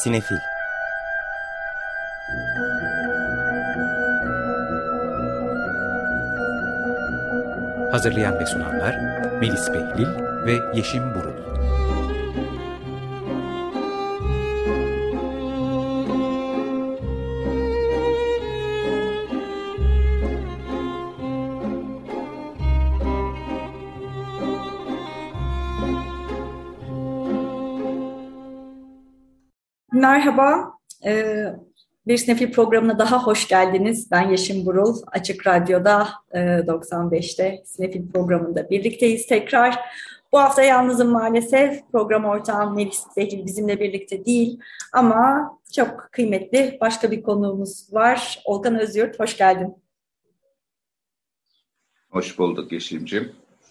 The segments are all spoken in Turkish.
Sinefil. Hazırlayan ve sunanlar Melis Behlil ve Yeşim Burul. Merhaba, bir Sinefil programına daha hoş geldiniz. Ben Yeşim Burul, Açık Radyo'da 95'te Sinefil programında birlikteyiz tekrar. Bu hafta yalnızım maalesef. Program ortağım Melis Behlil bizimle birlikte değil ama çok kıymetli başka bir konuğumuz var. Olkan Özyurt, hoş geldin. Hoş bulduk Yeşim'ciğim.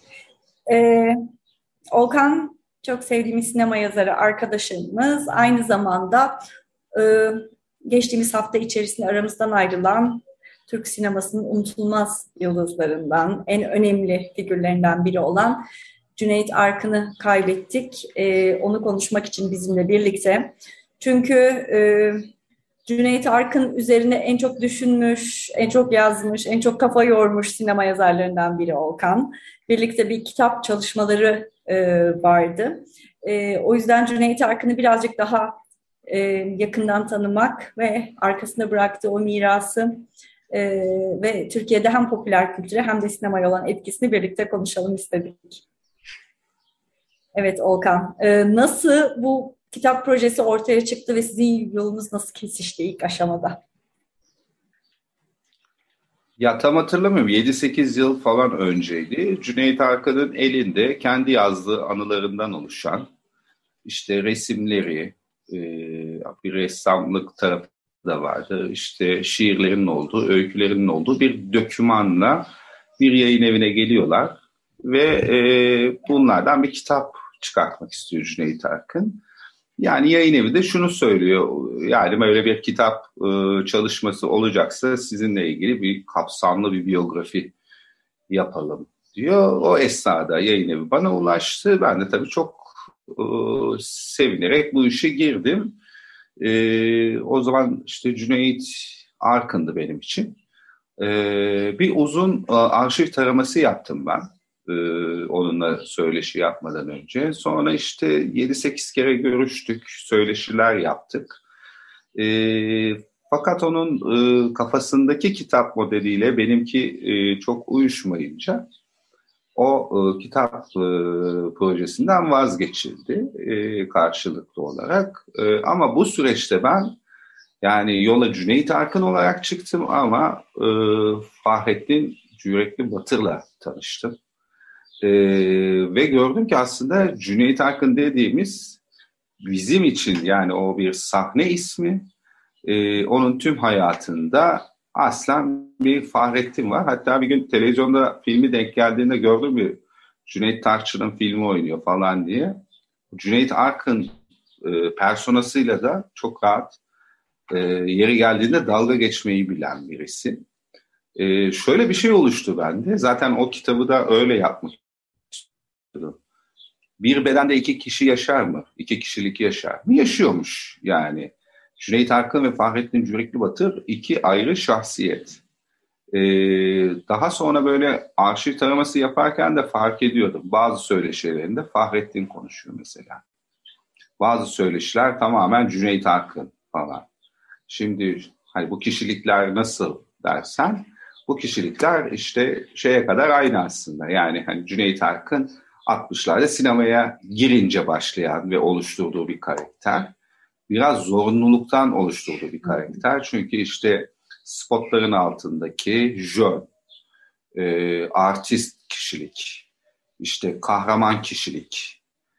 Olkan çok sevdiğimiz sinema yazarı arkadaşımız. Aynı zamanda geçtiğimiz hafta içerisinde aramızdan ayrılan Türk sinemasının unutulmaz yıldızlarından, en önemli figürlerinden biri olan Cüneyt Arkın'ı kaybettik. Onu konuşmak için bizimle birlikte. Çünkü Cüneyt Arkın üzerine en çok düşünmüş, en çok yazmış, en çok kafa yormuş sinema yazarlarından biri Olkan. Birlikte bir kitap çalışmaları vardı. O yüzden Cüneyt Arkın'ı birazcık daha yakından tanımak ve arkasında bıraktığı o mirası ve Türkiye'de hem popüler kültüre hem de sinemaya olan etkisini birlikte konuşalım istedik. Evet Olkan, nasıl bu kitap projesi ortaya çıktı ve sizin yolunuz nasıl kesişti ilk aşamada? Ya tam hatırlamıyorum. 7-8 yıl falan önceydi. Cüneyt Arkın'ın elinde kendi yazdığı anılarından oluşan işte resimleri, bir ressamlık tarafı da vardı. İşte şiirlerinin olduğu, öykülerinin olduğu bir dokümanla bir yayın evine geliyorlar ve bunlardan bir kitap çıkartmak istiyor Cüneyt Arkın. Yani yayın evi de şunu söylüyor, yani böyle bir kitap çalışması olacaksa sizinle ilgili bir kapsamlı bir biyografi yapalım diyor. O esnada yayın evi bana ulaştı. Ben de tabii çok sevinerek bu işe girdim. O zaman işte Cüneyt Arkın'dı benim için. Bir uzun arşiv taraması yaptım ben. Onunla söyleşi yapmadan önce. Sonra işte 7-8 kere görüştük, söyleşiler yaptık. Fakat onun kafasındaki kitap modeliyle benimki çok uyuşmayınca o kitap projesinden vazgeçildi karşılıklı olarak. Ama bu süreçte ben yani yola Cüneyt Arkın olarak çıktım ama Fahrettin Cürekli Batır'la tanıştım. Ve gördüm ki aslında Cüneyt Arkın dediğimiz bizim için yani o bir sahne ismi. Onun tüm hayatında aslen bir Fahrettin var. Hatta bir gün televizyonda filmi denk geldiğinde gördüm bir Cüneyt Tarçın'ın filmi oynuyor falan diye. Cüneyt Arkın personasıyla da çok rahat yeri geldiğinde dalga geçmeyi bilen birisi. Şöyle bir şey oluştu bende. Zaten o kitabı da öyle yapmak istedim. Bir bedende 2 kişi yaşar mı? 2 kişilik yaşar mı? Yaşıyormuş yani. Cüneyt Arkın ve Fahrettin Cürekli Batır 2 ayrı şahsiyet. Daha sonra böyle arşiv taraması yaparken de fark ediyordum. Bazı söyleşilerinde Fahrettin konuşuyor mesela. Bazı söyleşiler tamamen Cüneyt Arkın falan. Şimdi hani bu kişilikler nasıl dersen, bu kişilikler işte şeye kadar aynı aslında. Yani hani Cüneyt Arkın 60'larda sinemaya girince başlayan ve oluşturduğu bir karakter. Biraz zorunluluktan oluşturduğu bir karakter. Çünkü işte spotların altındaki jön, artist kişilik, işte kahraman kişilik.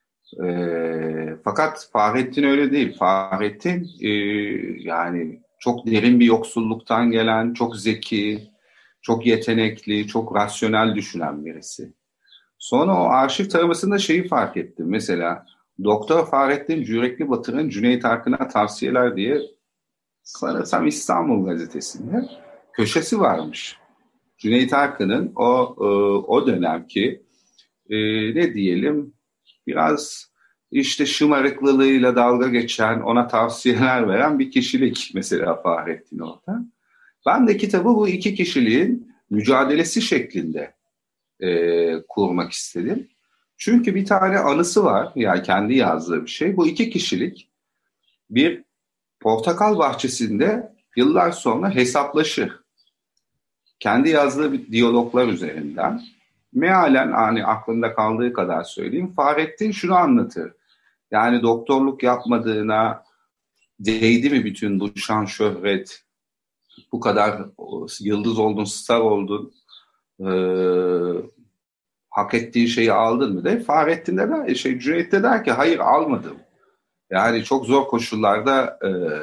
Fakat Fahrettin öyle değil. Fahrettin yani çok derin bir yoksulluktan gelen, çok zeki, çok yetenekli, çok rasyonel düşünen birisi. Sonra o arşiv taramasında şeyi fark ettim. Mesela Doktor Fahrettin Cürekli Batır'ın Cüneyt Arkın'a tavsiyeler diye sanırsam İstanbul Gazetesi'nde köşesi varmış. Cüneyt Arkın'ın o dönemki ne diyelim biraz işte şımarıklılığıyla dalga geçen, ona tavsiyeler veren bir kişilik mesela Fahrettin orada. Ben de kitabı bu iki kişiliğin mücadelesi şeklinde kurmak istedim. Çünkü bir tane anısı var, yani kendi yazdığı bir şey. Bu iki kişilik bir portakal bahçesinde yıllar sonra hesaplaşır. Kendi yazdığı bir diyaloglar üzerinden. Mealen hani aklımda kaldığı kadar söyleyeyim. Fahrettin şunu anlatır. Yani doktorluk yapmadığına değdi mi bütün bu şan şöhret, bu kadar yıldız oldun, star oldun, hak ettiğin şeyi aldın mı de. Fahrettin de der, Cüneyt de der ki hayır almadım. Yani çok zor koşullarda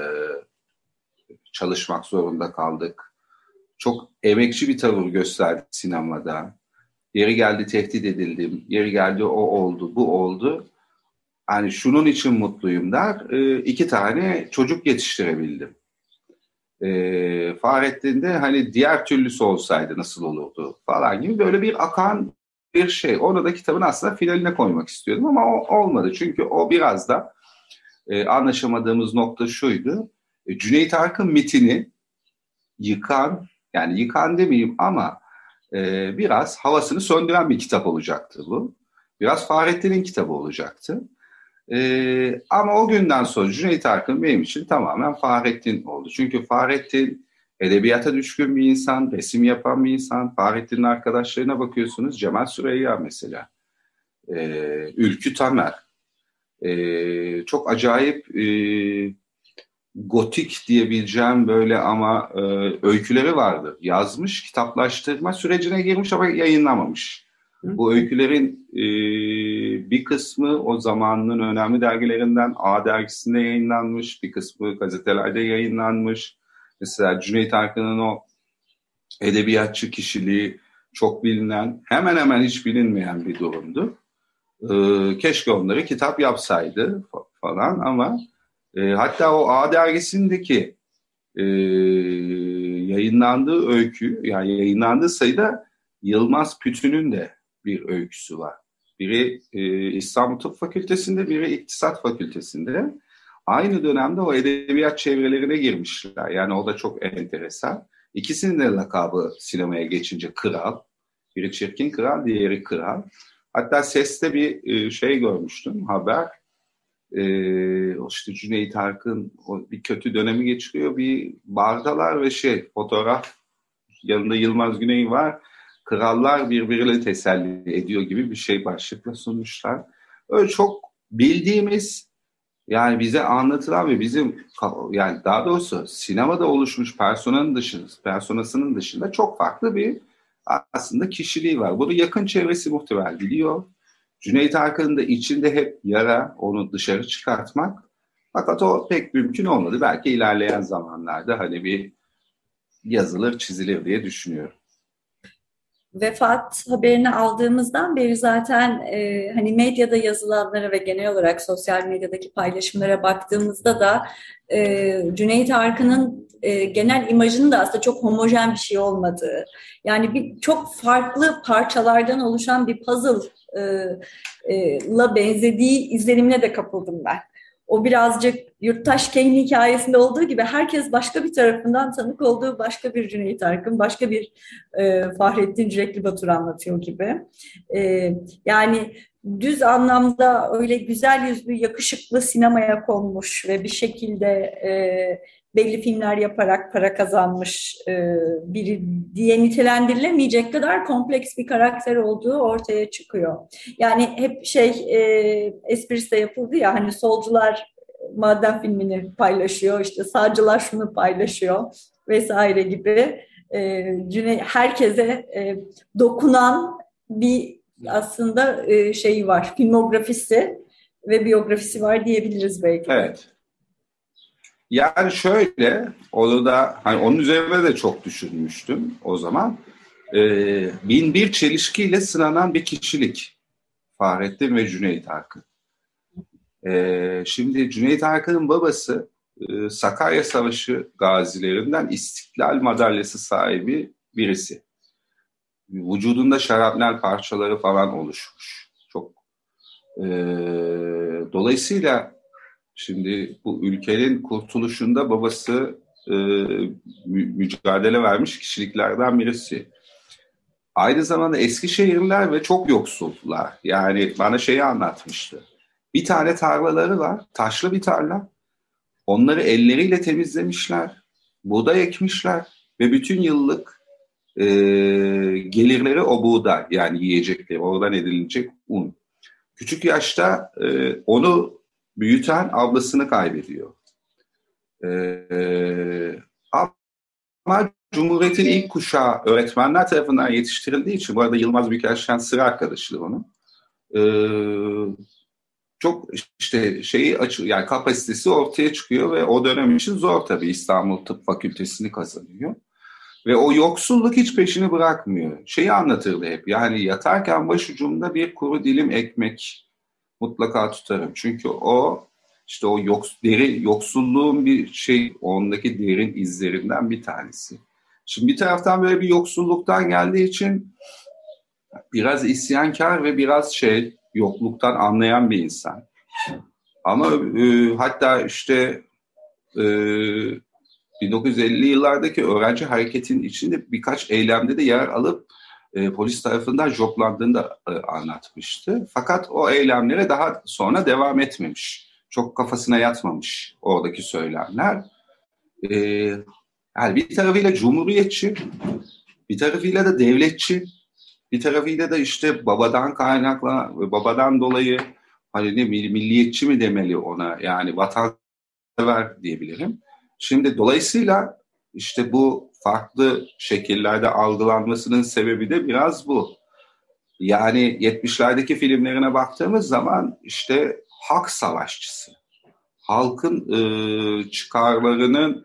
çalışmak zorunda kaldık. Çok emekçi bir tavır gösterdik sinemada. Yeri geldi tehdit edildim, yeri geldi o oldu, bu oldu. Hani şunun için mutluyum der, 2 tane çocuk yetiştirebildim. Fahrettin de hani diğer türlüsü olsaydı nasıl olurdu falan gibi böyle bir akan bir şey. Onu da kitabın aslında finaline koymak istiyordum ama o olmadı. Çünkü o biraz da anlaşamadığımız nokta şuydu. Cüneyt Arkın mitini yıkan, yani yıkan demeyeyim ama biraz havasını söndüren bir kitap olacaktı bu. Biraz Fahrettin'in kitabı olacaktı. Ama o günden sonra Cüneyt Arkın benim için tamamen Fahrettin oldu. Çünkü Fahrettin edebiyata düşkün bir insan, resim yapan bir insan. Fahrettin'in arkadaşlarına bakıyorsunuz. Cemal Süreyya mesela. Ülkü Tamer. Çok acayip gotik diyebileceğim böyle ama öyküleri vardı. Yazmış, kitaplaştırma sürecine girmiş ama yayınlamamış. Bu öykülerin bir kısmı o zamanın önemli dergilerinden A dergisinde yayınlanmış, bir kısmı gazetelerde yayınlanmış. Mesela Cüneyt Arkın'ın o edebiyatçı kişiliği çok bilinen, hemen hemen hiç bilinmeyen bir durumdu. Keşke onları kitap yapsaydı falan ama hatta o A dergisindeki yayınlandığı öykü, yani yayınlandığı sayıda Yılmaz Pütü'nün de bir öyküsü var. Biri İstanbul Tıp Fakültesi'nde, biri İktisat Fakültesi'nde. Aynı dönemde o edebiyat çevrelerine girmişler. Yani o da çok enteresan. İkisinin de lakabı sinemaya geçince Kral. Biri Çirkin Kral, diğeri Kral. Hatta Ses'te bir şey görmüştüm, haber. İşte Cüneyt Arkın bir kötü dönemi geçiriyor. Bir bardalar ve fotoğraf yanında Yılmaz Güney var. Krallar birbiriyle teselli ediyor gibi bir şey başlıkla sunmuşlar. Öyle çok bildiğimiz, yani bize anlatılan ve bizim, yani daha doğrusu sinemada oluşmuş personasının dışında çok farklı bir aslında kişiliği var. Bunu yakın çevresi muhtemel biliyor. Cüneyt Arkın'ın da içinde hep yara, onu dışarı çıkartmak. Fakat o pek mümkün olmadı. Belki ilerleyen zamanlarda hani bir yazılır, çizilir diye düşünüyorum. Vefat haberini aldığımızdan beri zaten hani medyada yazılanlara ve genel olarak sosyal medyadaki paylaşımlara baktığımızda da Cüneyt Arkın'ın genel imajının da aslında çok homojen bir şey olmadığı, yani çok farklı parçalardan oluşan bir puzzle'la benzediği izlenimine de kapıldım ben. O birazcık Yurttaş Kane hikayesinde olduğu gibi herkes başka bir tarafından tanık olduğu başka bir Cüneyt Arkın, başka bir Fahrettin Cürekli Batur anlatıyor gibi. Yani düz anlamda öyle güzel yüzlü, yakışıklı sinemaya konmuş ve bir şekilde belli filmler yaparak para kazanmış biri diye nitelendirilemeyecek kadar kompleks bir karakter olduğu ortaya çıkıyor. Yani hep esprisi de yapıldı ya, hani solcular maden filmini paylaşıyor, işte sağcılar şunu paylaşıyor vesaire gibi herkese dokunan bir aslında şeyi var, filmografisi ve biyografisi var diyebiliriz belki de. Evet. Yani şöyle, onu da hani onun üzerine de çok düşünmüştüm o zaman. Bin bir çelişkiyle sınanan bir kişilik Fahrettin ve Cüneyt Arkın. Şimdi Cüneyt Arkın'ın babası Sakarya Savaşı gazilerinden İstiklal Madalyası sahibi birisi. Vücudunda şarapnel parçaları falan oluşmuş. Çok Dolayısıyla şimdi bu ülkenin kurtuluşunda babası mücadele vermiş kişiliklerden birisi. Aynı zamanda Eskişehirliler ve çok yoksullar. Yani bana şeyi anlatmıştı. Bir tane tarlaları var, taşlı bir tarla. Onları elleriyle temizlemişler, buğday ekmişler ve bütün yıllık gelirleri o buğday, yani yiyecekleri, oradan edilecek un. Küçük yaşta onu büyüten ablasını kaybediyor. Ama Cumhuriyet'in ilk kuşağı öğretmenler tarafından yetiştirildiği için, bu arada Yılmaz Büyükelçi'den sıra arkadaşıdır onun. Çok işte yani kapasitesi ortaya çıkıyor ve o dönem için zor tabii. İstanbul Tıp Fakültesini kazanıyor. Ve o yoksulluk hiç peşini bırakmıyor. Şeyi anlatırdı hep, yani yatarken başucumda bir kuru dilim ekmek mutlaka tutarım. Çünkü o işte o yoksulluğun bir şey, ondaki derin izlerinden bir tanesi. Şimdi bir taraftan böyle bir yoksulluktan geldiği için biraz isyankar ve biraz yokluktan anlayan bir insan. Ama hatta işte 1950'li yıllardaki öğrenci hareketinin içinde birkaç eylemde de yer alıp polis tarafından joplandığını da anlatmıştı. Fakat o eylemlere daha sonra devam etmemiş. Çok kafasına yatmamış oradaki söylemler. Yani bir tarafıyla cumhuriyetçi, bir tarafıyla da devletçi, bir tarafıyla da işte babadan dolayı hani milliyetçi mi demeli ona, yani vatansever diyebilirim. Şimdi dolayısıyla işte bu farklı şekillerde algılanmasının sebebi de biraz bu. Yani 70'lerdeki filmlerine baktığımız zaman işte hak savaşçısı, halkın çıkarlarının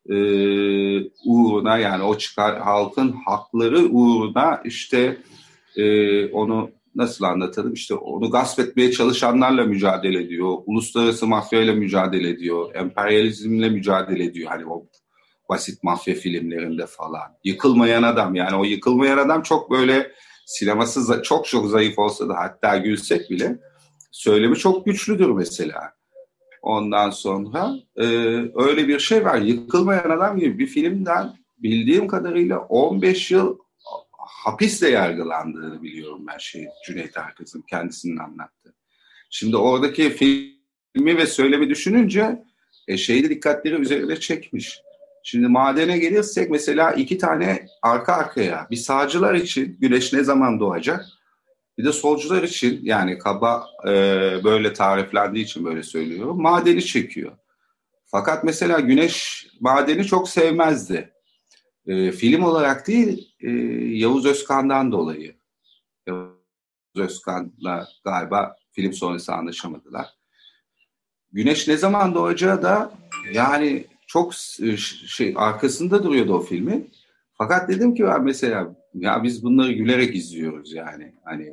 uğruna, yani o halkın hakları uğruna işte onu nasıl anlatalım, işte onu gasp etmeye çalışanlarla mücadele ediyor, uluslararası mafyayla mücadele ediyor, emperyalizmle mücadele ediyor, hani o basit mafya filmlerinde falan. Yıkılmayan adam, yani o yıkılmayan adam çok böyle sineması çok zayıf olsa da, hatta gülsek bile söylemi çok güçlüdür mesela. Ondan sonra öyle bir şey var. Yıkılmayan adam gibi bir filmden bildiğim kadarıyla 15 yıl hapisle yargılandığını biliyorum ben, Cüneyt Arkız'ın kendisinin anlattı. Şimdi oradaki filmi ve söylemi düşününce şeyde dikkatleri üzerine çekmiş. Şimdi madene gelirsek mesela 2 tane arka arkaya, bir sağcılar için güneş ne zaman doğacak, bir de solcular için, yani kaba böyle tariflendiği için böyle söylüyorum, madeni çekiyor. Fakat mesela Güneş madeni çok sevmezdi. Film olarak değil, Yavuz Özkan'dan dolayı. Yavuz Özkan'la galiba film sonrası anlaşamadılar. Güneş ne zaman doğacağı da yani çok arkasında duruyordu o filmin. Fakat dedim ki ben mesela, ya biz bunları gülerek izliyoruz yani, hani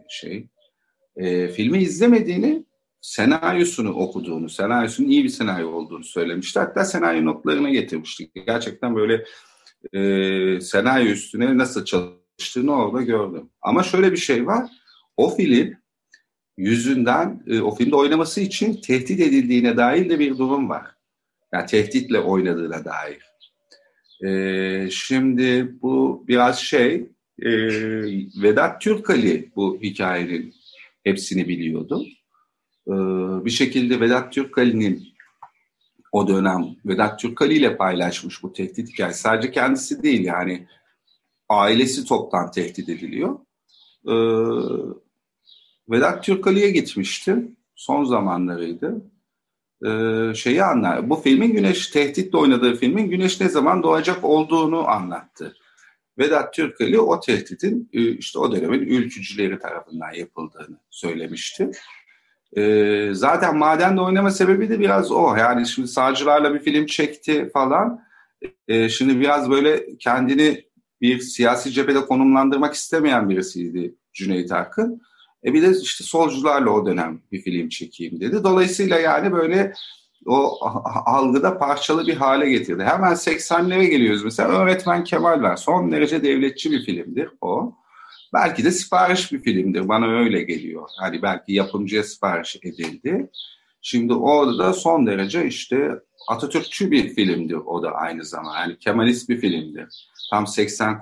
filmi izlemediğini, senaryosunu okuduğunu, senaryosunun iyi bir senaryo olduğunu söylemişti. Hatta senaryo notlarına getirmiştik. Gerçekten böyle senaryo üstüne nasıl çalıştığını orada gördüm. Ama şöyle bir şey var, o film yüzünden o filmde oynaması için tehdit edildiğine dair de bir durum var. Yani tehditle oynadığına dair. Şimdi bu biraz Vedat Türkali bu hikayenin hepsini biliyordu. Bir şekilde Vedat Türkali'nin o dönem Vedat Türkali ile paylaşmış bu tehdit hikayesi. Sadece kendisi değil, yani ailesi toptan tehdit ediliyor. Vedat Türkali'ye gitmiştim. Son zamanlarıydı. Bu filmin tehditle oynadığı filmin Güneş ne zaman doğacak olduğunu anlattı. Vedat Türkali o tehditin işte o dönemin ülkücüleri tarafından yapıldığını söylemişti. Zaten madende oynama sebebi de biraz o. Yani şimdi sağcılarla bir film çekti falan. Şimdi biraz böyle kendini bir siyasi cephede konumlandırmak istemeyen birisiydi Cüneyt Arkın. Bir de işte solcularla o dönem bir film çekeyim dedi. Dolayısıyla yani böyle o algıda parçalı bir hale getirdi. Hemen 80'lere geliyoruz mesela. Öğretmen Kemal var. Son derece devletçi bir filmdir o. Belki de sipariş bir filmdir. Bana öyle geliyor. Hani belki yapımcıya sipariş edildi. Şimdi orada da son derece işte Atatürkçü bir filmdir o da aynı zamanda. Yani Kemalist bir filmdir. Tam 80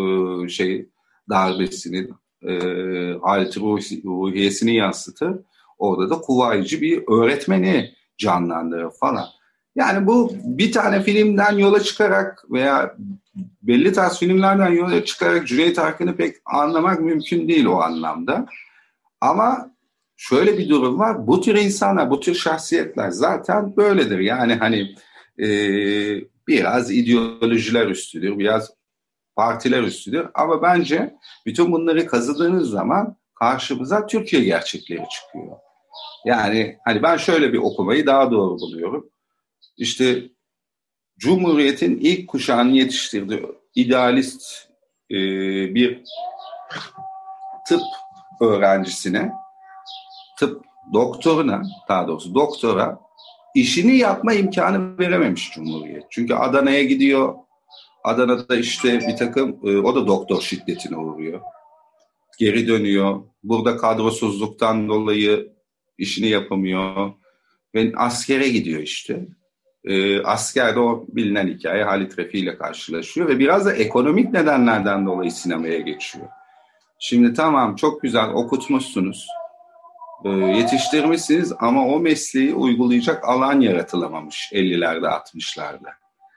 darbesinin haleti ruhiyesini yansıtır. Orada da kuvaycı bir öğretmeni canlandırır falan. Yani bu bir tane filmden yola çıkarak veya belli tarz filmlerden yola çıkarak Cüneyt Arkın'ı pek anlamak mümkün değil o anlamda. Ama şöyle bir durum var. Bu tür insanlar, bu tür şahsiyetler zaten böyledir. Yani hani biraz ideolojiler üstüdür, biraz partiler üstüdür. Ama bence bütün bunları kazıdığınız zaman karşımıza Türkiye gerçekleri çıkıyor. Yani hani ben şöyle bir okumayı daha doğru buluyorum. İşte Cumhuriyet'in ilk kuşağını yetiştirdiği idealist bir tıp öğrencisine, tıp doktoruna, daha doğrusu doktora işini yapma imkanı verememiş Cumhuriyet. Çünkü Adana'ya gidiyor. Adana'da işte bir takım, o da doktor şiddetine uğruyor. Geri dönüyor. Burada kadrosuzluktan dolayı işini yapamıyor. Ve askere gidiyor işte. Askerde o bilinen hikaye Halit Refi ile karşılaşıyor ve biraz da ekonomik nedenlerden dolayı sinemaya geçiyor. Şimdi tamam, çok güzel okutmuşsunuz, yetiştirmişsiniz ama o mesleği uygulayacak alan yaratılamamış 50'lerde 60'larda.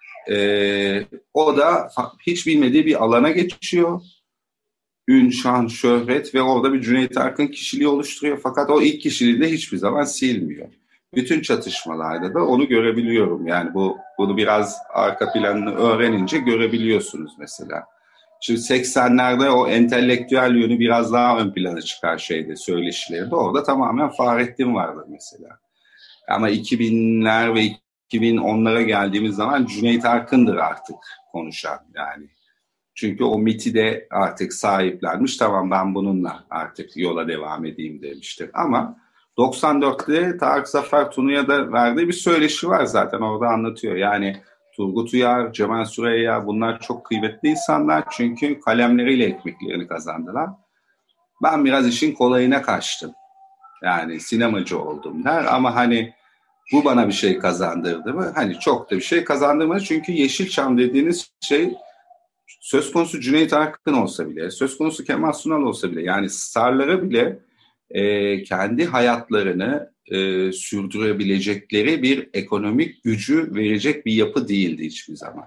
O da hiç bilmediği bir alana geçiyor. Ün, şan, şöhret ve orada bir Cüneyt Arkın kişiliği oluşturuyor. Fakat o ilk kişiliği de hiçbir zaman silmiyor. Bütün çatışmalarda da onu görebiliyorum. Yani bunu biraz arka planını öğrenince görebiliyorsunuz mesela. Şimdi 80'lerde o entelektüel yönü biraz daha ön plana çıkar söyleşilerinde. Orada tamamen Fahrettin vardı mesela. Ama 2000'ler ve 2010'lara geldiğimiz zaman Cüneyt Arkın'dır artık konuşan yani. Çünkü o miti de artık sahiplenmiş. Tamam, ben bununla artık yola devam edeyim demiştir. Ama 94'te Tarık Zafer Tunu'ya da verdiği bir söyleşi var zaten. Orada anlatıyor. Yani Turgut Uyar, Cemal Süreyya, bunlar çok kıymetli insanlar. Çünkü kalemleriyle ekmeklerini kazandılar. Ben biraz işin kolayına kaçtım. Yani sinemacı oldum der ama hani bu bana bir şey kazandırdı mı? Hani çok da bir şey kazandırmadı. Çünkü Yeşilçam dediğiniz şey söz konusu Cüneyt Arkın olsa bile, söz konusu Kemal Sunal olsa bile, yani starlara bile kendi hayatlarını sürdürebilecekleri bir ekonomik gücü verecek bir yapı değildi hiçbir zaman.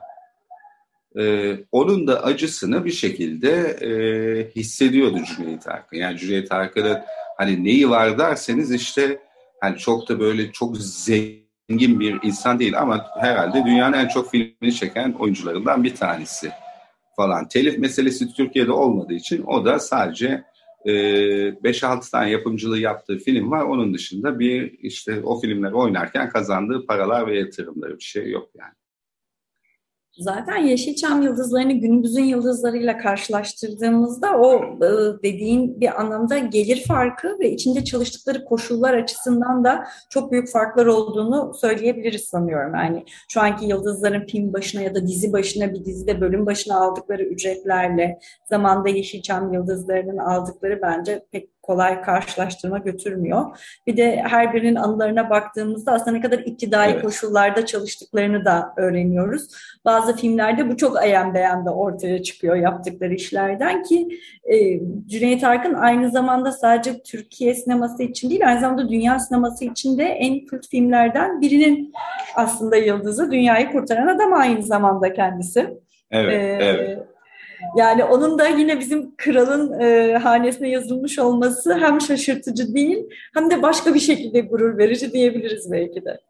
Onun da acısını bir şekilde hissediyordu Cüneyt Arkın. Yani Cüneyt Arkın'ın hani neyi var derseniz işte hani çok da böyle çok zengin bir insan değil ama herhalde dünyanın en çok filmini çeken oyuncularından bir tanesi falan. Telif meselesi Türkiye'de olmadığı için o da sadece 5-6 tane yapımcılığı yaptığı film var. Onun dışında bir işte o filmleri oynarken kazandığı paralar ve yatırımları bir şey yok yani. Zaten Yeşilçam yıldızlarını günümüzün yıldızlarıyla karşılaştırdığımızda o dediğin bir anlamda gelir farkı ve içinde çalıştıkları koşullar açısından da çok büyük farklar olduğunu söyleyebiliriz sanıyorum. Yani şu anki yıldızların film başına ya da dizi başına, bir dizide bölüm başına aldıkları ücretlerle zamanda Yeşilçam yıldızlarının aldıkları bence pek kolay karşılaştırma götürmüyor. Bir de her birinin anılarına baktığımızda aslında ne kadar iktidai koşullarda çalıştıklarını da öğreniyoruz. Bazı filmlerde bu çok ayan beyan da ortaya çıkıyor yaptıkları işlerden ki Cüneyt Arkın aynı zamanda sadece Türkiye sineması için değil, aynı zamanda dünya sineması için de en kült filmlerden birinin aslında yıldızı, dünyayı kurtaran adam aynı zamanda kendisi. Evet. Yani onun da yine bizim kralın hanesine yazılmış olması hem şaşırtıcı değil hem de başka bir şekilde gurur verici diyebiliriz belki de.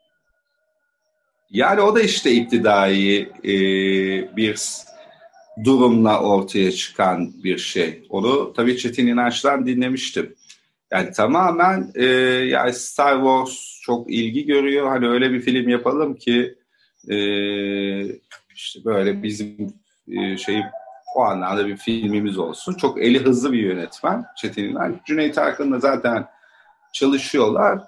Yani o da işte iktidai bir durumla ortaya çıkan bir şey. Onu tabii Çetin İnanç'tan dinlemiştim. Yani tamamen yani Star Wars çok ilgi görüyor. Hani öyle bir film yapalım ki işte böyle bizim o anlamda bir filmimiz olsun. Çok eli hızlı bir yönetmen Çetin İnanç. Cüneyt Arkın'la zaten çalışıyorlar.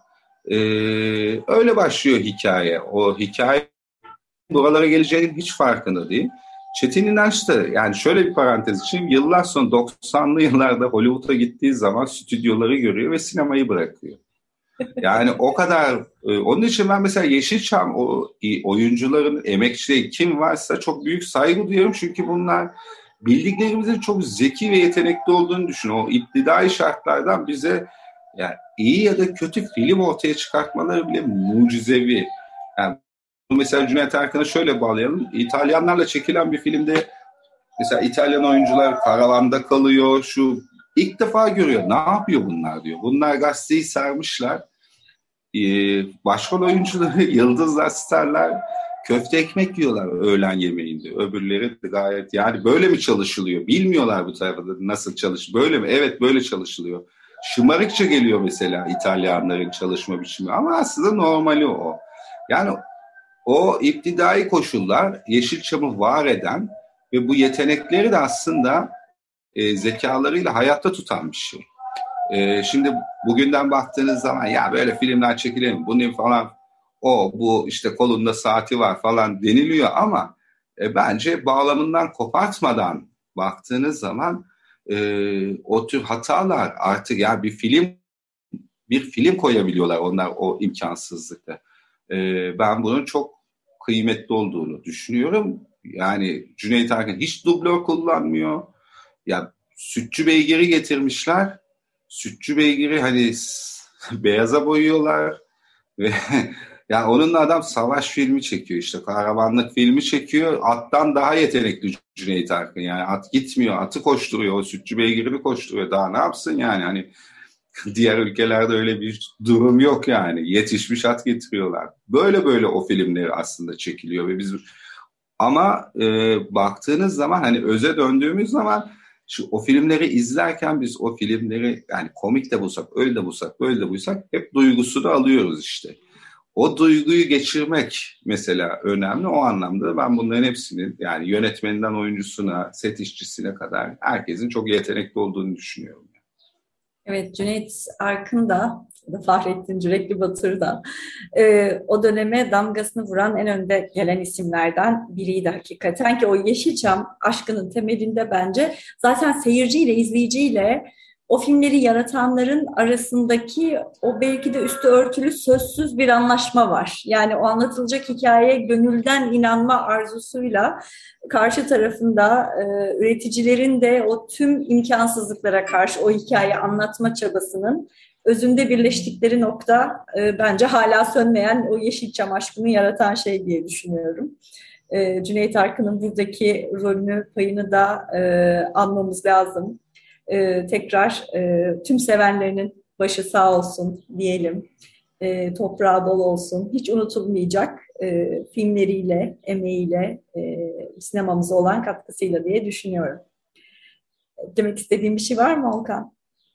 Öyle başlıyor hikaye. O hikaye buralara geleceğinin hiç farkında değil. Çetin İnanç da yani şöyle bir parantez için yıllar sonra 90'lı yıllarda Hollywood'a gittiği zaman stüdyoları görüyor ve sinemayı bırakıyor. Yani o kadar onun için ben mesela Yeşilçam oyuncuların emekçileri kim varsa çok büyük saygı duyuyorum çünkü bunlar bildiklerimizin çok zeki ve yetenekli olduğunu düşünüyorum. O iptidai şartlardan bize yani iyi ya da kötü film ortaya çıkartmaları bile mucizevi. Yani mesela Cüneyt Arkın'a şöyle bağlayalım. İtalyanlarla çekilen bir filmde mesela İtalyan oyuncular karavanda kalıyor. Şu ilk defa görüyor. Ne yapıyor bunlar diyor. Bunlar gazeteyi sarmışlar. Başrol oyuncuları, yıldızlar, starlar köfte ekmek yiyorlar öğlen yemeğinde. Öbürleri de gayet yani böyle mi çalışılıyor? Bilmiyorlar bu tarafta nasıl çalışılıyor. Böyle mi? Evet böyle çalışılıyor. Şımarıkça geliyor mesela İtalyanların çalışma biçimi ama aslında normali o. Yani o iptidai koşullar Yeşilçam'ı var eden ve bu yetenekleri de aslında zekalarıyla hayatta tutan bir şey. Şimdi bugünden baktığınız zaman ya böyle filmler çekilir mi? Bunun falan bu işte kolunda saati var falan deniliyor ama bence bağlamından kopartmadan baktığınız zaman o tür hatalar artık ya bir film koyabiliyorlar onlar o imkansızlıkta. Ben bunun çok kıymetli olduğunu düşünüyorum. Yani Cüneyt Arkın hiç dublör kullanmıyor. Ya Sütçü Beygir'i getirmişler. Sütçü Beygir'i hani beyaza boyuyorlar ve yani onunla adam savaş filmi çekiyor işte kahramanlık filmi çekiyor. Attan daha yetenekli Cüneyt Arkın yani at gitmiyor atı koşturuyor o Sütçü Beygir'i koşturuyor daha ne yapsın yani hani diğer ülkelerde öyle bir durum yok yani yetişmiş at getiriyorlar. Böyle o filmleri aslında çekiliyor ve biz ama baktığınız zaman hani öze döndüğümüz zaman o filmleri izlerken biz o filmleri yani komik de bulsak, öyle de bulsak, böyle de bulsak hep duygusunu alıyoruz işte. O duyguyu geçirmek mesela önemli. O anlamda ben bunların hepsinin yani yönetmeninden oyuncusuna, set işçisine kadar herkesin çok yetenekli olduğunu düşünüyorum. Evet, Cüneyt Arkın da Fahrettin Cürekli Batır da o döneme damgasını vuran en önde gelen isimlerden biriydi hakikaten ki o Yeşilçam aşkının temelinde bence zaten seyirciyle, izleyiciyle o filmleri yaratanların arasındaki o belki de üstü örtülü sözsüz bir anlaşma var. Yani o anlatılacak hikayeye gönülden inanma arzusuyla karşı tarafında üreticilerin de o tüm imkansızlıklara karşı o hikayeyi anlatma çabasının özünde birleştikleri nokta bence hala sönmeyen o Yeşilçam aşkını yaratan şey diye düşünüyorum. Cüneyt Arkın'ın buradaki rolünü, payını da anmamız lazım. Tekrar tüm sevenlerinin başı sağ olsun diyelim. Toprağı bol olsun. Hiç unutulmayacak filmleriyle, emeğiyle, sinemamıza olan katkısıyla diye düşünüyorum. Demek istediğim bir şey var mı Volkan?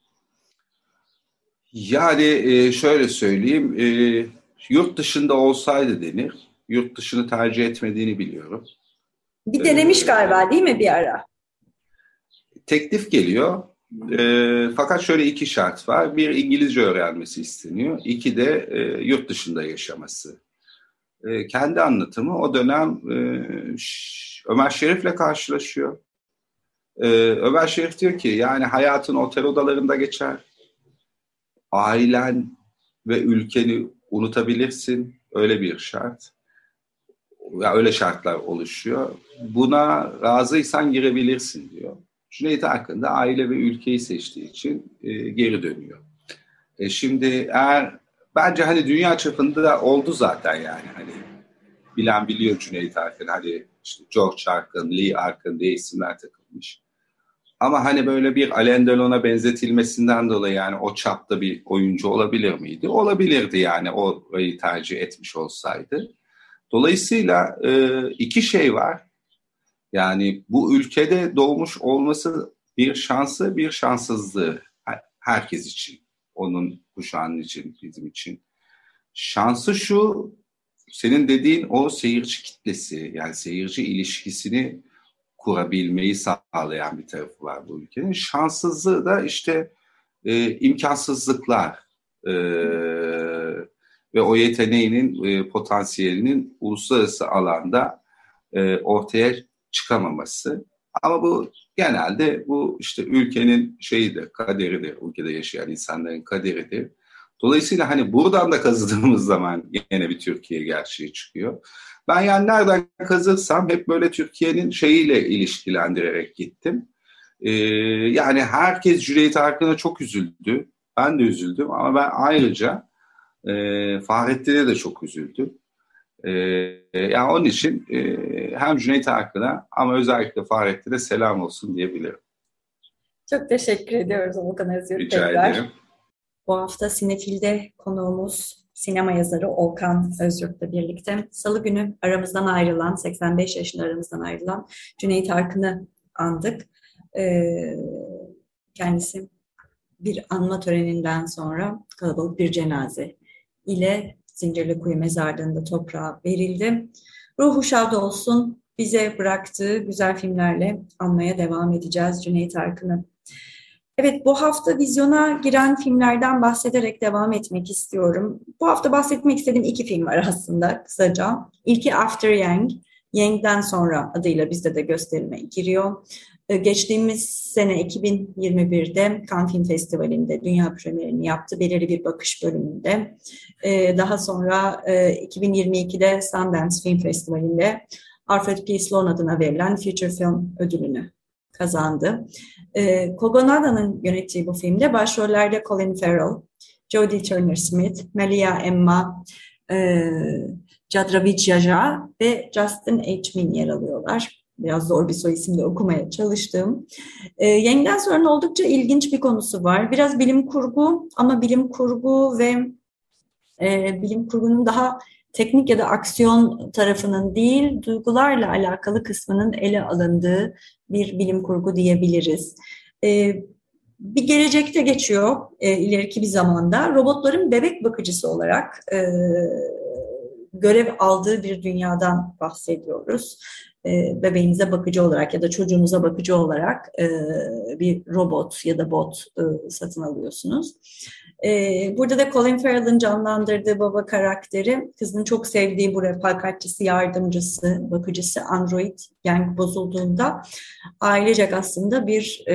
Yani şöyle söyleyeyim, yurt dışında olsaydı denir. Yurt dışını tercih etmediğini biliyorum. Bir denemiş galiba değil mi bir ara? Teklif geliyor. Fakat şöyle iki şart var. Bir, İngilizce öğrenmesi isteniyor. İki de yurt dışında yaşaması. Kendi anlatımı o dönem Ömer Şerif'le karşılaşıyor. Ömer Şerif diyor ki yani hayatın otel odalarında geçer. Ailen ve ülkeni unutabilirsin. Öyle bir şart. Ya öyle şartlar oluşuyor. Buna razıysan girebilirsin diyor. Cüneyt Arkın da aile ve ülkeyi seçtiği için geri dönüyor. Şimdi bence hani dünya çapında oldu zaten yani hani bilen biliyor Cüneyt Arkın. Hani işte George Arkın, Lee Arkın diye isimler takılmış. Ama hani böyle bir Alain Delon'a benzetilmesinden dolayı yani o çapta bir oyuncu olabilir miydi? Olabilirdi yani orayı tercih etmiş olsaydı. Dolayısıyla iki şey var. Yani bu ülkede doğmuş olması bir şansı, bir şanssızlığı herkes için. Onun kuşağının için, bizim için. Şansı şu, senin dediğin o seyirci kitlesi, yani seyirci ilişkisini kurabilmeyi sağlayan bir tarafı var bu ülkenin. Şanssızlığı da işte imkansızlıklar ve o yeteneğinin, potansiyelinin uluslararası alanda ortaya çıkamaması. Ama bu genelde bu işte ülkenin şeyidir, kaderidir, ülkede yaşayan insanların kaderidir. Dolayısıyla hani buradan da kazıdığımız zaman yine bir Türkiye gerçeği çıkıyor. Ben yani nereden kazırsam hep böyle Türkiye'nin şeyiyle ilişkilendirerek gittim. Yani herkes Cüneyt Arkın'a çok üzüldü. Ben de üzüldüm ama ben ayrıca Fahrettin'e de çok üzüldüm. Yani onun için hem Cüneyt Arkın'a ama özellikle Fahrettin'e selam olsun diyebilirim. Çok teşekkür ediyoruz Volkan Özgür Rica tekrar. ederim. Bu hafta Sinefil'de konuğumuz sinema yazarı Volkan Özgür'le birlikte Salı günü aramızdan ayrılan, 85 yaşında aramızdan ayrılan Cüneyt Arkın'ı andık. Kendisi bir anma töreninden sonra kalabalık bir cenaze ile Zincirlikuyu Mezarlığı'nda toprağa verildi. Ruhu şad olsun, bize bıraktığı güzel filmlerle anmaya devam edeceğiz Cüneyt Arkın'ı. Evet, bu hafta vizyona giren filmlerden bahsederek devam etmek istiyorum. Bu hafta bahsetmek istediğim 2 film var aslında kısaca. İlki After Yang, Yang'den sonra adıyla bizde de gösterime giriyor. Geçtiğimiz sene 2021'de Cannes Film Festivali'nde dünya premierini yaptı. Belirli bir bakış bölümünde. Daha sonra 2022'de Sundance Film Festivali'nde Alfred P. Sloan adına verilen Future Film ödülünü kazandı. Kogonada'nın yönettiği bu filmde başrollerde Colin Farrell, Jodie Turner-Smith, Malia Emma, Jadravich-Jaja ve Justin H. Min yer alıyorlar. Biraz zor bir soy isimle okumaya çalıştım. Yang'den sonra oldukça ilginç bir konusu var. Biraz bilim kurgu ama bilim kurgu ve bilim kurgunun daha teknik ya da aksiyon tarafının değil, duygularla alakalı kısmının ele alındığı bir bilim kurgu diyebiliriz. Bir gelecekte geçiyor, ileriki bir zamanda. Robotların bebek bakıcısı olarak görev aldığı bir dünyadan bahsediyoruz. Bebeğinize bakıcı olarak ya da çocuğunuza bakıcı olarak bir robot ya da bot satın alıyorsunuz. Burada da Colin Farrell'ın canlandırdığı baba karakteri, kızının çok sevdiği bu refakatçisi, yardımcısı, bakıcısı android Yang bozulduğunda ailecek aslında bir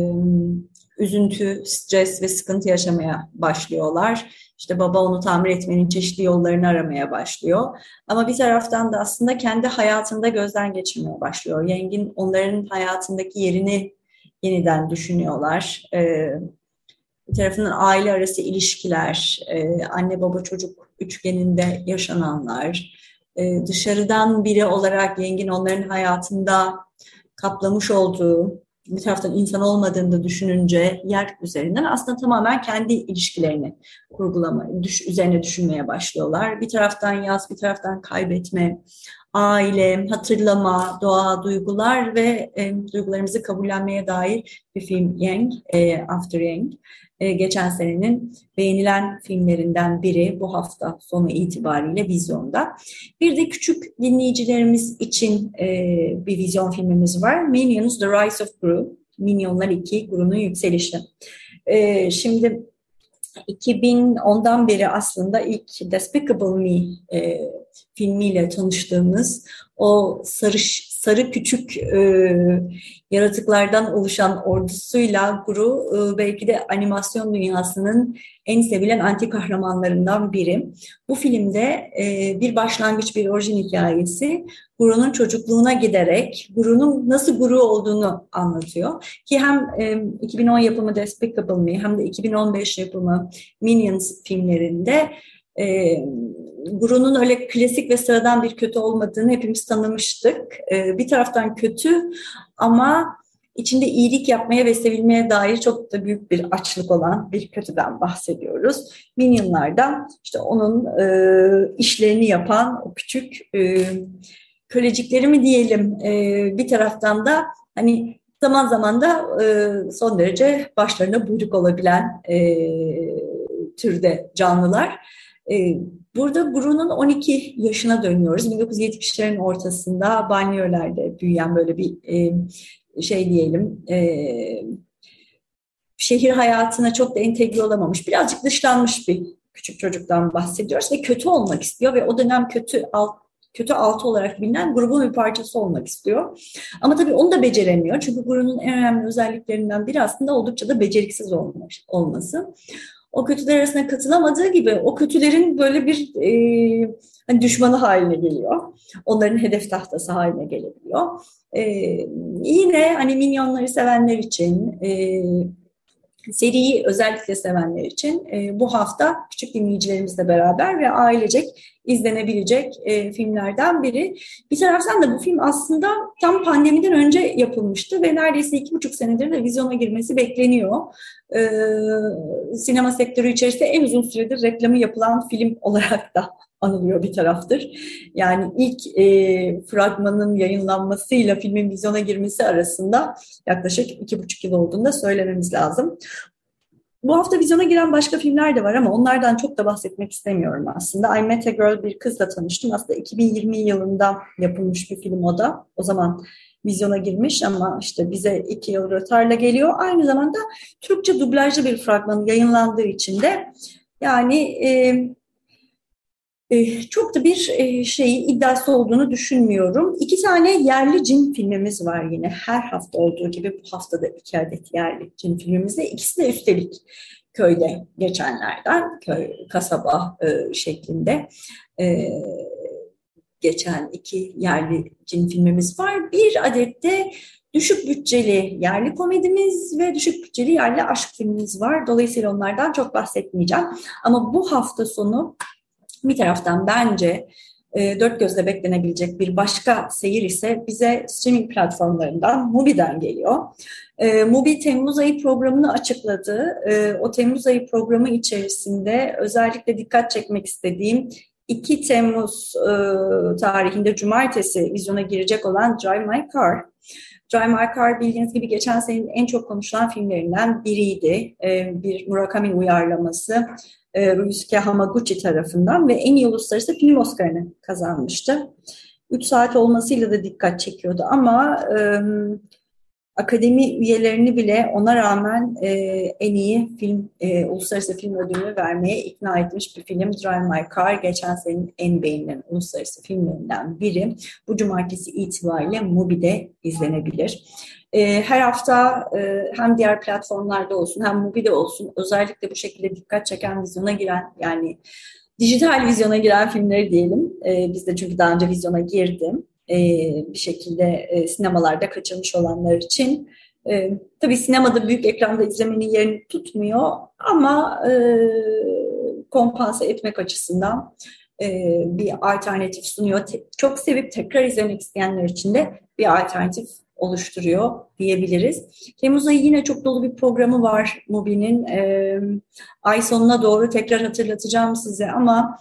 üzüntü, stres ve sıkıntı yaşamaya başlıyorlar. İşte baba onu tamir etmenin çeşitli yollarını aramaya başlıyor. Ama bir taraftan da aslında kendi hayatında gözden geçirmeye başlıyor. Yang'in onların hayatındaki yerini yeniden düşünüyorlar. Bir tarafından aile arası ilişkiler, anne baba çocuk üçgeninde yaşananlar, dışarıdan biri olarak Yang'in onların hayatında kaplamış olduğu, bir taraftan insan olmadığını da düşününce yer üzerinden aslında tamamen kendi ilişkilerini üzerine düşünmeye başlıyorlar. Bir taraftan yaz, bir taraftan kaybetme, aile, hatırlama, doğa, duygular ve duygularımızı kabullenmeye dair bir film Yang, After Yang. Geçen senenin beğenilen filmlerinden biri bu hafta sonu itibariyle vizyonda. Bir de küçük dinleyicilerimiz için bir vizyon filmimiz var. Minions: The Rise of Gru. Minyonlar 2, Gru'nun yükselişi. Şimdi 2010'dan beri aslında ilk Despicable Me filmiyle tanıştığımız o sarı küçük yaratıklardan oluşan ordusuyla Gru belki de animasyon dünyasının en sevilen anti kahramanlarından biri. Bu filmde bir başlangıç, bir orijin hikayesi Gru'nun çocukluğuna giderek Gru'nun nasıl Gru olduğunu anlatıyor. Ki hem 2010 yapımı Despicable Me hem de 2015 yapımı Minions filmlerinde Gru'nun öyle klasik ve sıradan bir kötü olmadığını hepimiz tanımıştık. Bir taraftan kötü ama içinde iyilik yapmaya ve sevilmeye dair çok da büyük bir açlık olan bir kötüden bahsediyoruz. Minion'lardan işte onun işlerini yapan o küçük kölecikleri mi diyelim, bir taraftan da hani zaman zaman da son derece başlarına buyruk olabilen türde canlılar. Burada Gru'nun 12 yaşına dönüyoruz. 1970'lerin ortasında banliyölerde büyüyen böyle bir şey diyelim, şehir hayatına çok da entegre olamamış, birazcık dışlanmış bir küçük çocuktan bahsediyoruz ve kötü olmak istiyor ve o dönem kötü alt kötü altı olarak bilinen grubun bir parçası olmak istiyor. Ama tabii onu da beceremiyor. Çünkü grubun en önemli özelliklerinden biri aslında oldukça da beceriksiz olması. O kötüler arasına katılamadığı gibi o kötülerin böyle bir hani düşmanı haline geliyor. Onların hedef tahtası haline gelebiliyor. Yine hani Minyonları sevenler için, seriyi özellikle sevenler için bu hafta küçük dinleyicilerimizle beraber ve ailecek izlenebilecek filmlerden biri. Bir taraftan da bu film aslında tam pandemiden önce yapılmıştı ve neredeyse 2,5 senedir de vizyona girmesi bekleniyor. Sinema sektörü içerisinde en uzun süredir reklamı yapılan film olarak da anılıyor bir taraftır. Yani ilk fragmanın yayınlanmasıyla filmin vizyona girmesi arasında yaklaşık 2,5 yıl olduğunu da söylememiz lazım. Bu hafta vizyona giren başka filmler de var ama onlardan çok da bahsetmek istemiyorum aslında. I Met a Girl, bir kızla tanıştım. Aslında 2020 yılında yapılmış bir film o da. O zaman vizyona girmiş ama işte bize 2 yıl rötarla geliyor. Aynı zamanda Türkçe dublajlı bir fragmanı yayınlandığı için de yani çok da bir iddiası olduğunu düşünmüyorum. 2 tane yerli cin filmimiz var yine. Her hafta olduğu gibi bu hafta da 2 adet yerli cin filmimiz de. İkisi de üstelik köyde geçenlerden, köy, kasaba şeklinde geçen 2 yerli cin filmimiz var. 1 adet de düşük bütçeli yerli komedimiz ve düşük bütçeli yerli aşk filmimiz var. Dolayısıyla onlardan çok bahsetmeyeceğim. Ama bu hafta sonu bir taraftan bence dört gözle beklenebilecek bir başka seyir ise bize streaming platformlarından Mubi'den geliyor. Mubi Temmuz ayı programını açıkladı. O Temmuz ayı programı içerisinde özellikle dikkat çekmek istediğim 2 Temmuz tarihinde cumartesi vizyona girecek olan Drive My Car. Drive My Car bildiğiniz gibi geçen senenin en çok konuşulan filmlerinden biriydi. Bir Murakami uyarlaması. Ryusuke Hamaguchi tarafından ve en iyi uluslararası film Oscar'ını kazanmıştı. 3 saat olmasıyla da dikkat çekiyordu ama akademi üyelerini bile ona rağmen en iyi film, uluslararası film ödülünü vermeye ikna etmiş bir film Drive My Car. Geçen senenin en beğenilen uluslararası filmlerinden biri. Bu cumartesi itibariyle Mubi'de izlenebilir. Her hafta hem diğer platformlarda olsun hem Mubi'de olsun özellikle bu şekilde dikkat çeken vizyona giren yani dijital vizyona giren filmleri diyelim. Biz de çünkü daha önce vizyona girdim. Bir şekilde sinemalarda kaçırmış olanlar için. Tabii sinemada büyük ekranda izlemenin yerini tutmuyor ama kompanse etmek açısından bir alternatif sunuyor. Çok sevip tekrar izlemek isteyenler için de bir alternatif oluşturuyor diyebiliriz. Temmuz ayı yine çok dolu bir programı var Mubi'nin. Ay sonuna doğru tekrar hatırlatacağım size ama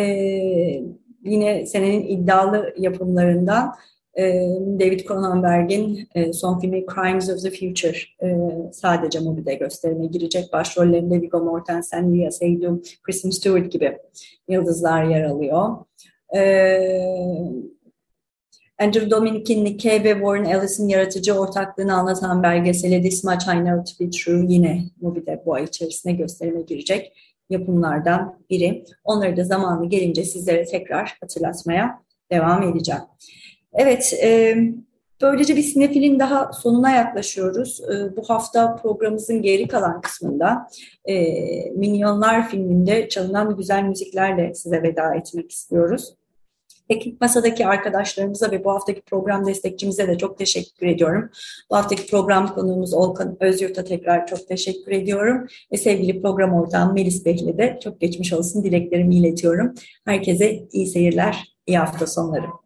yine senenin iddialı yapımlarından David Cronenberg'in son filmi Crimes of the Future sadece Mubi'de gösterime girecek. Başrollerinde Viggo Mortensen, Lea Seydoux, Kristen Stewart gibi yıldızlar yer alıyor. Andrew Dominik'in Nick Cave ve Warren Ellis'in yaratıcı ortaklığını anlatan belgeseli This Much I Know To Be True yine Mubi'de bu ay içerisinde gösterime girecek yapımlardan biri. Onları da zamanı gelince sizlere tekrar hatırlatmaya devam edeceğim. Evet, böylece bir sinefilin daha sonuna yaklaşıyoruz. Bu hafta programımızın geri kalan kısmında Minyonlar filminde çalınan güzel müziklerle size veda etmek istiyoruz. Teknik Masa'daki arkadaşlarımıza ve bu haftaki program destekçimize de çok teşekkür ediyorum. Bu haftaki program konuğumuz Olkan Özyurt'a tekrar çok teşekkür ediyorum. Ve sevgili program ortağım Melis Bey'le de çok geçmiş olsun dileklerimi iletiyorum. Herkese iyi seyirler, iyi hafta sonları.